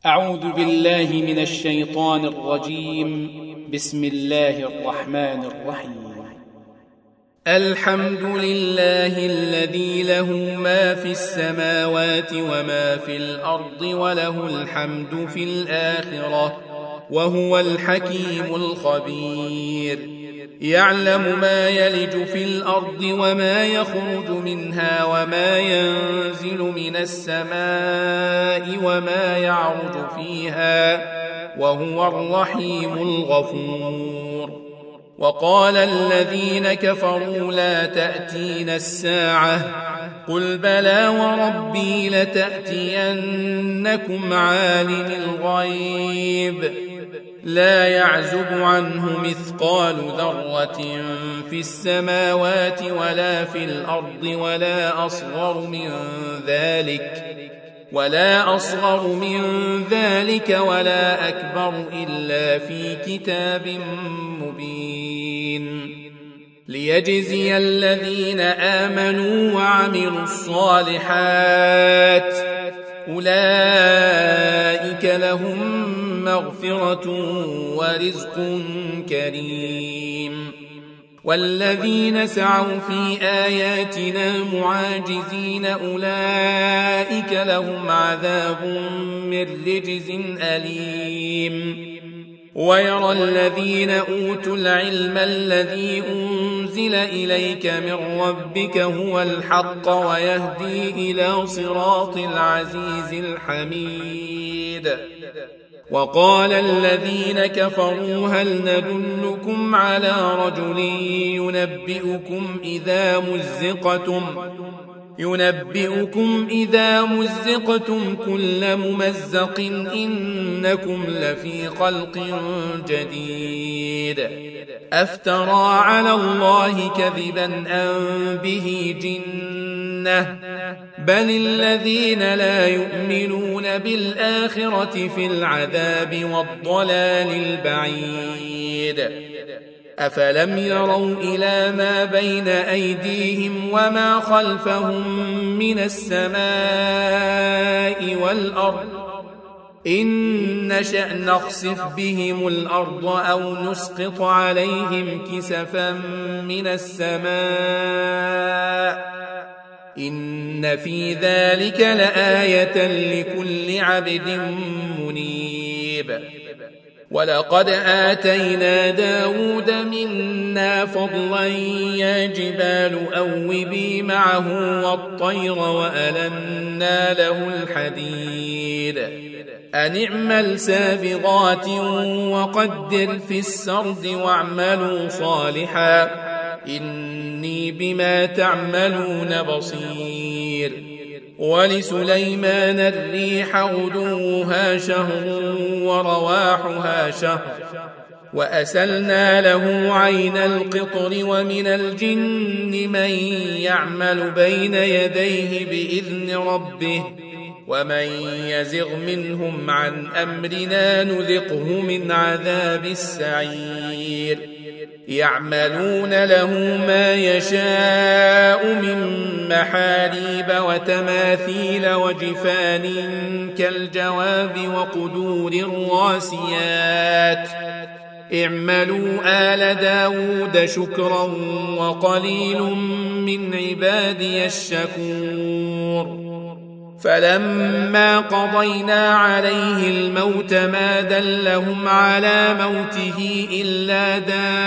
أعوذ بالله من الشيطان الرجيم. بسم الله الرحمن الرحيم. الحمد لله الذي له ما في السماوات وما في الأرض وله الحمد في الآخرة وهو الحكيم الخبير. يعلم ما يلج في الأرض وما يخرج منها وما ينزل من السماء وما يعرج فيها وهو الرحيم الغفور. وقال الذين كفروا لا تأتينا الساعة قل بلى وربي لتأتينكم عالم الغيب لا يعزب عنه مثقال ذرة في السماوات ولا في الأرض ولا أصغر من ذلك ولا أكبر إلا في كتاب مبين. ليجزي الذين آمنوا وعملوا الصالحات أولئك لهم مغفرة ورزق كريم. والذين سعوا في آياتنا معاجزين أولئك لهم عذاب من رجز أليم. ويرى الذين أوتوا العلم الذي أنزل إليك من ربك هو الحق ويهدي إلى صراط العزيز الحميد. وقال الذين كفروا هل ندلكم على رجل ينبئكم إذا مزقتم كل ممزق إنكم لفي خلق جديد. أفترى على الله كذبا أم به جنة بل الذين لا يؤمنون بالآخرة في العذاب والضلال البعيد. أفلم يروا إلى ما بين أيديهم وما خلفهم من السماء والأرض إن نشأ نخسف بهم الأرض أو نسقط عليهم كسفا من السماء إن في ذلك لآية لكل عبد منيب. ولقد آتينا داود منا فضلا يا جبال أوبي معه والطير وألنا له الحديد أن اعمل سابغات وقدر في السرد واعملوا صالحا إني بما تعملون بصير. ولسليمان الريح غدوها شهر ورواحها شهر وأسلنا له عين القطر ومن الجن من يعمل بين يديه بإذن ربه ومن يزغ منهم عن أمرنا نذقه من عذاب السعير. يعملون له ما يشاء من محاريب وتماثيل وجفان كالجواب وقدور الراسيات اعملوا آل داود شكرا وقليل من عبادي الشكور. فلما قضينا عليه الموت ما دلهم على موته إلا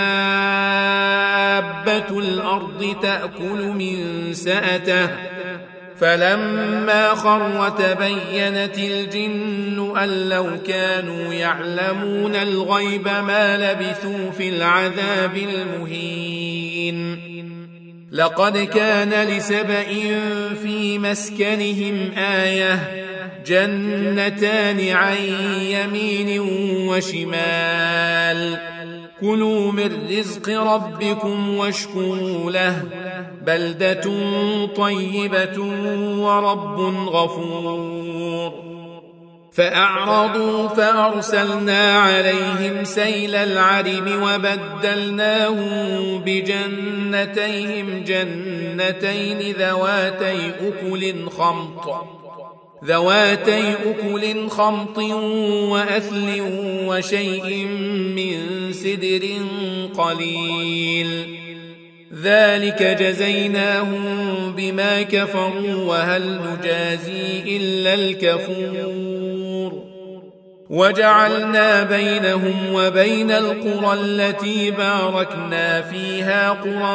دابة الأرض تأكل من سأته فلما خر تبينت الجن أن لو كانوا يعلمون الغيب ما لبثوا في العذاب المهين. لقد كان لسبإ في مسكنهم آية جنتان عن يمين وشمال كلوا من رزق ربكم واشكروا له بلدة طيبة ورب غفور. فأعرضوا فأرسلنا عليهم سيل العرم وبدلناهم بجنتيهم جنتين ذواتي أكل خمط ذواتي أكل خمط وأثل وشيء من سدر قليل ذلك جزيناهم بما كفروا وهل نجازي إلا الكفور وجعلنا بينهم وبين القرى التي باركنا فيها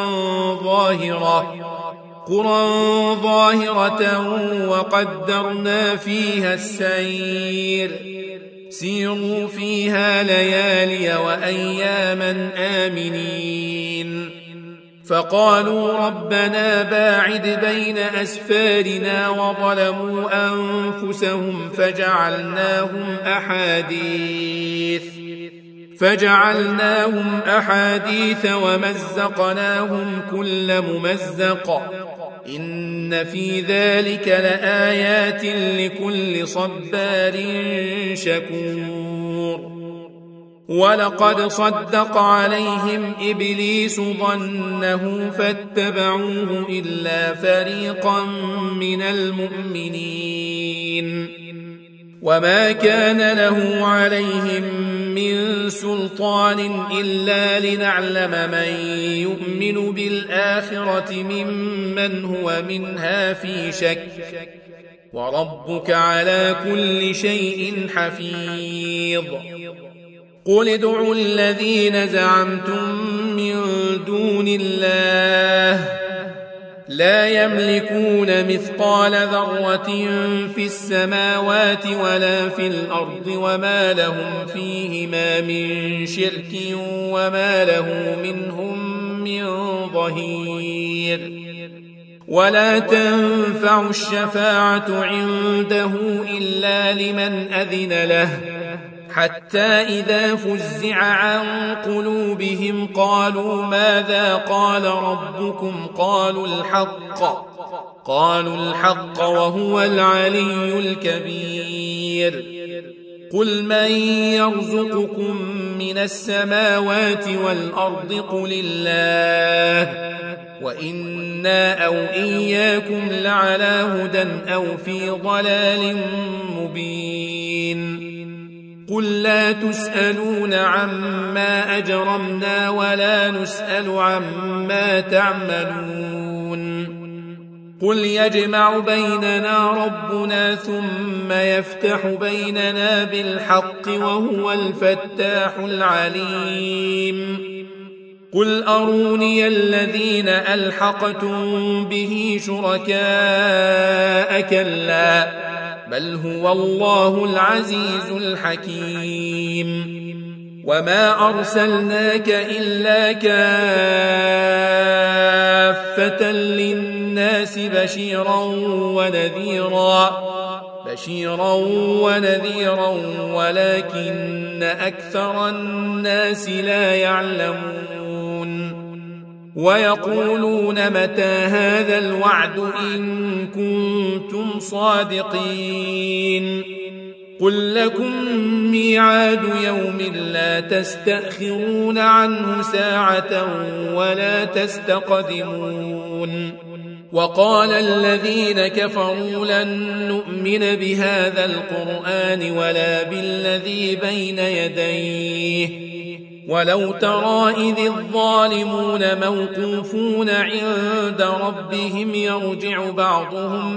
قرى ظاهرة وقدرنا فيها السير سيروا فيها ليالي وأياما آمنين فقالوا ربنا باعد بين أسفارنا وظلموا أنفسهم فجعلناهم أحاديث ومزقناهم كل ممزق إن في ذلك لآيات لكل صبار شكور ولقد صدق عليهم إبليس ظنه فاتبعوه إلا فريقا من المؤمنين وما كان له عليهم من سلطان إلا لنعلم من يؤمن بالآخرة ممن هو منها في شك وربك على كل شيء حفيظ قل ادعوا الذين زعمتم من دون الله لا يملكون مثقال ذرة في السماوات ولا في الأرض وما لهم فيهما من شرك وما له منهم من ظهير ولا تنفع الشفاعة عنده إلا لمن أذن له حتى إذا فزع عن قلوبهم قالوا ماذا قال ربكم قالوا الحق وهو العلي الكبير قل من يرزقكم من السماوات والأرض قل الله وإنا أو إياكم لعلى هدى أو في ضلال مبين قل لا تسألون عما أجرمنا ولا نسأل عما تعملون قل يجمع بيننا ربنا ثم يفتح بيننا بالحق وهو الفتاح العليم قل أروني الذين ألحقتم به شركاء كلا بل هو الله العزيز الحكيم وما أرسلناك إلا كافة للناس بشيرا ونذيرا ولكن أكثر الناس لا يعلمون ويقولون متى هذا الوعد إن كنتم صادقين قل لكم ميعاد يوم لا تستأخرون عنه ساعة ولا تستقدمون وقال الذين كفروا لن نؤمن بهذا القرآن ولا بالذي بين يديه ولو ترى إذ الظالمون موقوفون عند ربهم يرجع بعضهم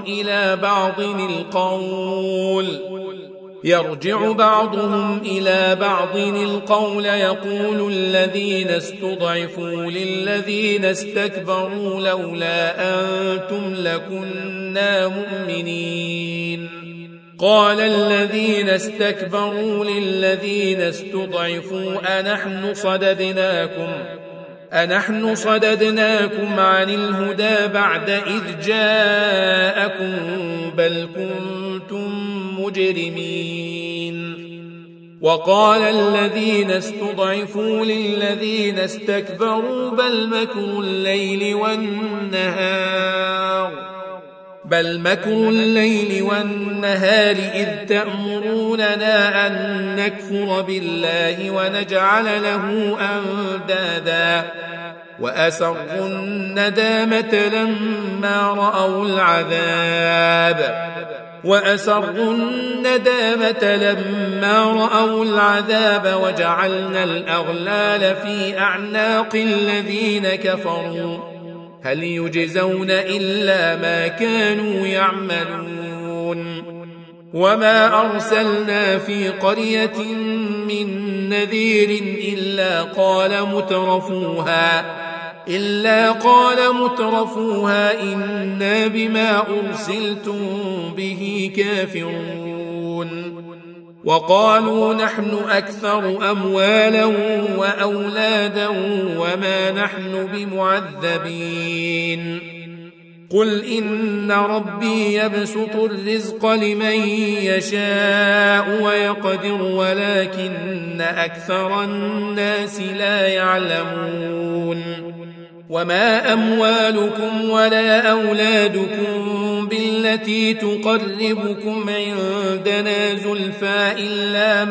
إلى بعض القول يقول الذين استضعفوا للذين استكبروا لولا أنتم لكنا مؤمنين قال الذين استكبروا للذين استضعفوا أنحن صددناكم عن الهدى بعد إذ جاءكم بل كنتم مجرمين وقال الذين استضعفوا للذين استكبروا بل مكر الليل والنهار إذ تأمروننا أن نكفر بالله ونجعل له أندادا وأسروا الندامة لما رأوا العذاب وأسروا الندامة لما رأوا العذاب وجعلنا الأغلال في أعناق الذين كفروا هل يجزون إلا ما كانوا يعملون وما أرسلنا في قرية من نذير إلا قال مترفوها إنا بما أرسلتم به كافرون وقالوا نحن أكثر أموالا وأولادا وما نحن بمعذبين قل إن ربي يبسط الرزق لمن يشاء ويقدر ولكن أكثر الناس لا يعلمون وما أموالكم ولا أولادكم بالتي تقربكم عندنا زلفى إلا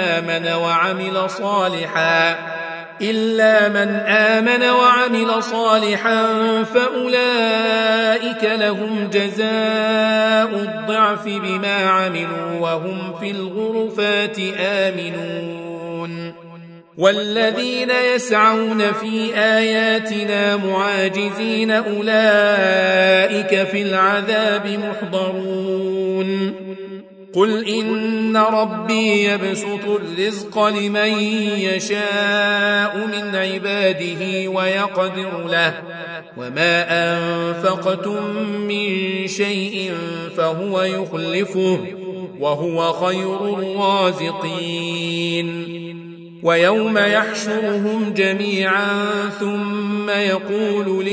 من آمن وعمل صالحا فأولئك لهم جزاء الضعف بما عملوا وهم في الغرفات آمنون والذين يسعون في آياتنا معاجزين أولئك في العذاب محضرون قل إن ربي يبسط الرزق لمن يشاء من عباده ويقدر له وما أنفقتم من شيء فهو يخلفه وهو خير الرازقين ويوم يحشرهم جميعا ثم يقول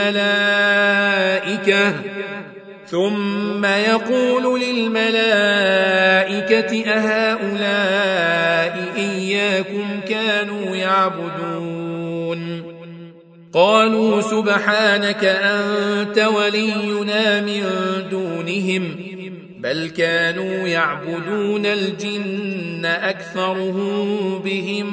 للملائكة أهؤلاء إياكم كانوا يعبدون قالوا سبحانك أنت ولينا من دونهم بل كانوا يعبدون الجن أكثرهم بهم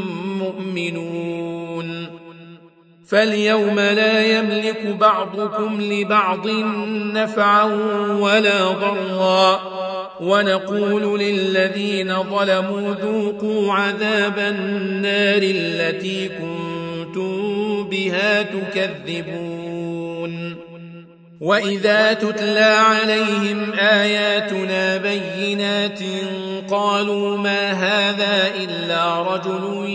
مؤمنون فاليوم لا يملك بعضكم لبعض نفعا ولا ضرا ونقول للذين ظلموا ذوقوا عذاب النار التي كنتم بها تكذبون وإذا تتلى عليهم آياتنا بينات قالوا ما هذا إلا رجل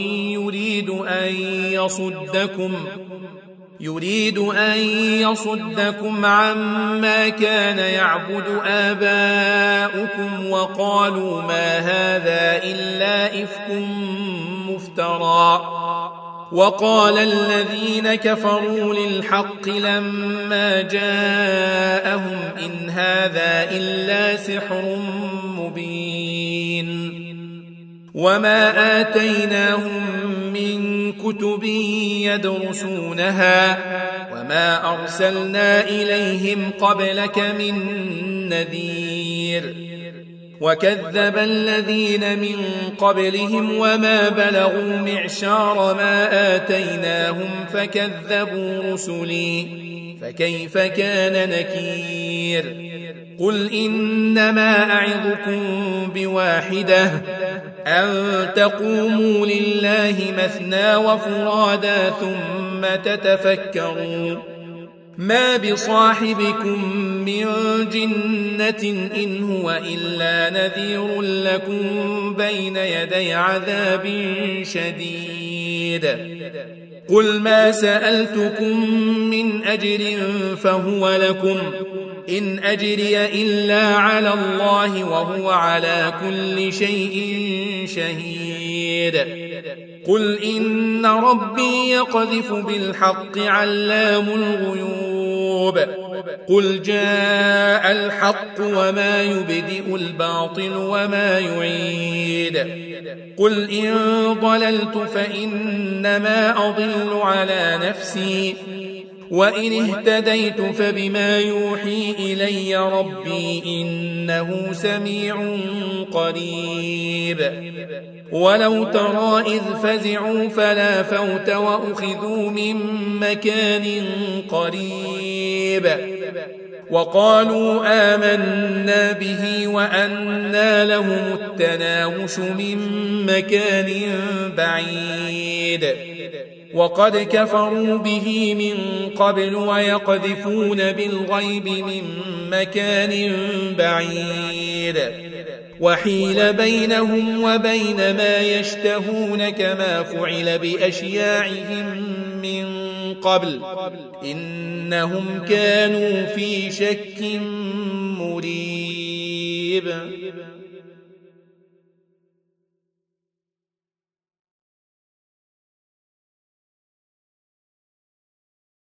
يريد أن يصدكم عما كان يعبد آباؤكم وقالوا ما هذا إلا إفك مفترى وقال الذين كفروا للحق لما جاءهم إن هذا إلا سحر مبين وما آتيناهم من كتب يدرسونها وما أرسلنا إليهم قبلك من نذير وكذب الذين من قبلهم وما بلغوا معشار ما آتيناهم فكذبوا رسلي فكيف كان نكير قل إنما أعظكم بواحدة أن تقوموا لله مثنى وفرادا ثم تتفكروا ما بصاحبكم من جنة إن هو إلا نذير لكم بين يدي عذاب شديد قل ما سألتكم من أجر فهو لكم إن أجري إلا على الله وهو على كل شيء شهيد قل إن ربي يقذف بالحق علام الغيوب قل جاء الحق وما يبدئ الباطل وما يعيد قل إن ضللت فإنما أضل على نفسي وإن اهتديت فبما يوحي إلي ربي إنه سميع قريب ولو ترى إذ فزعوا فلا فوت وأخذوا من مكان قريب وقالوا آمنا به وأنى لهم التناوش من مكان بعيد وقد كفروا به من قبل ويقذفون بالغيب من مكان بعيد وحيل بينهم وبين ما يشتهون كما فعل بأشياعهم من قبل إنهم كانوا في شك مريب.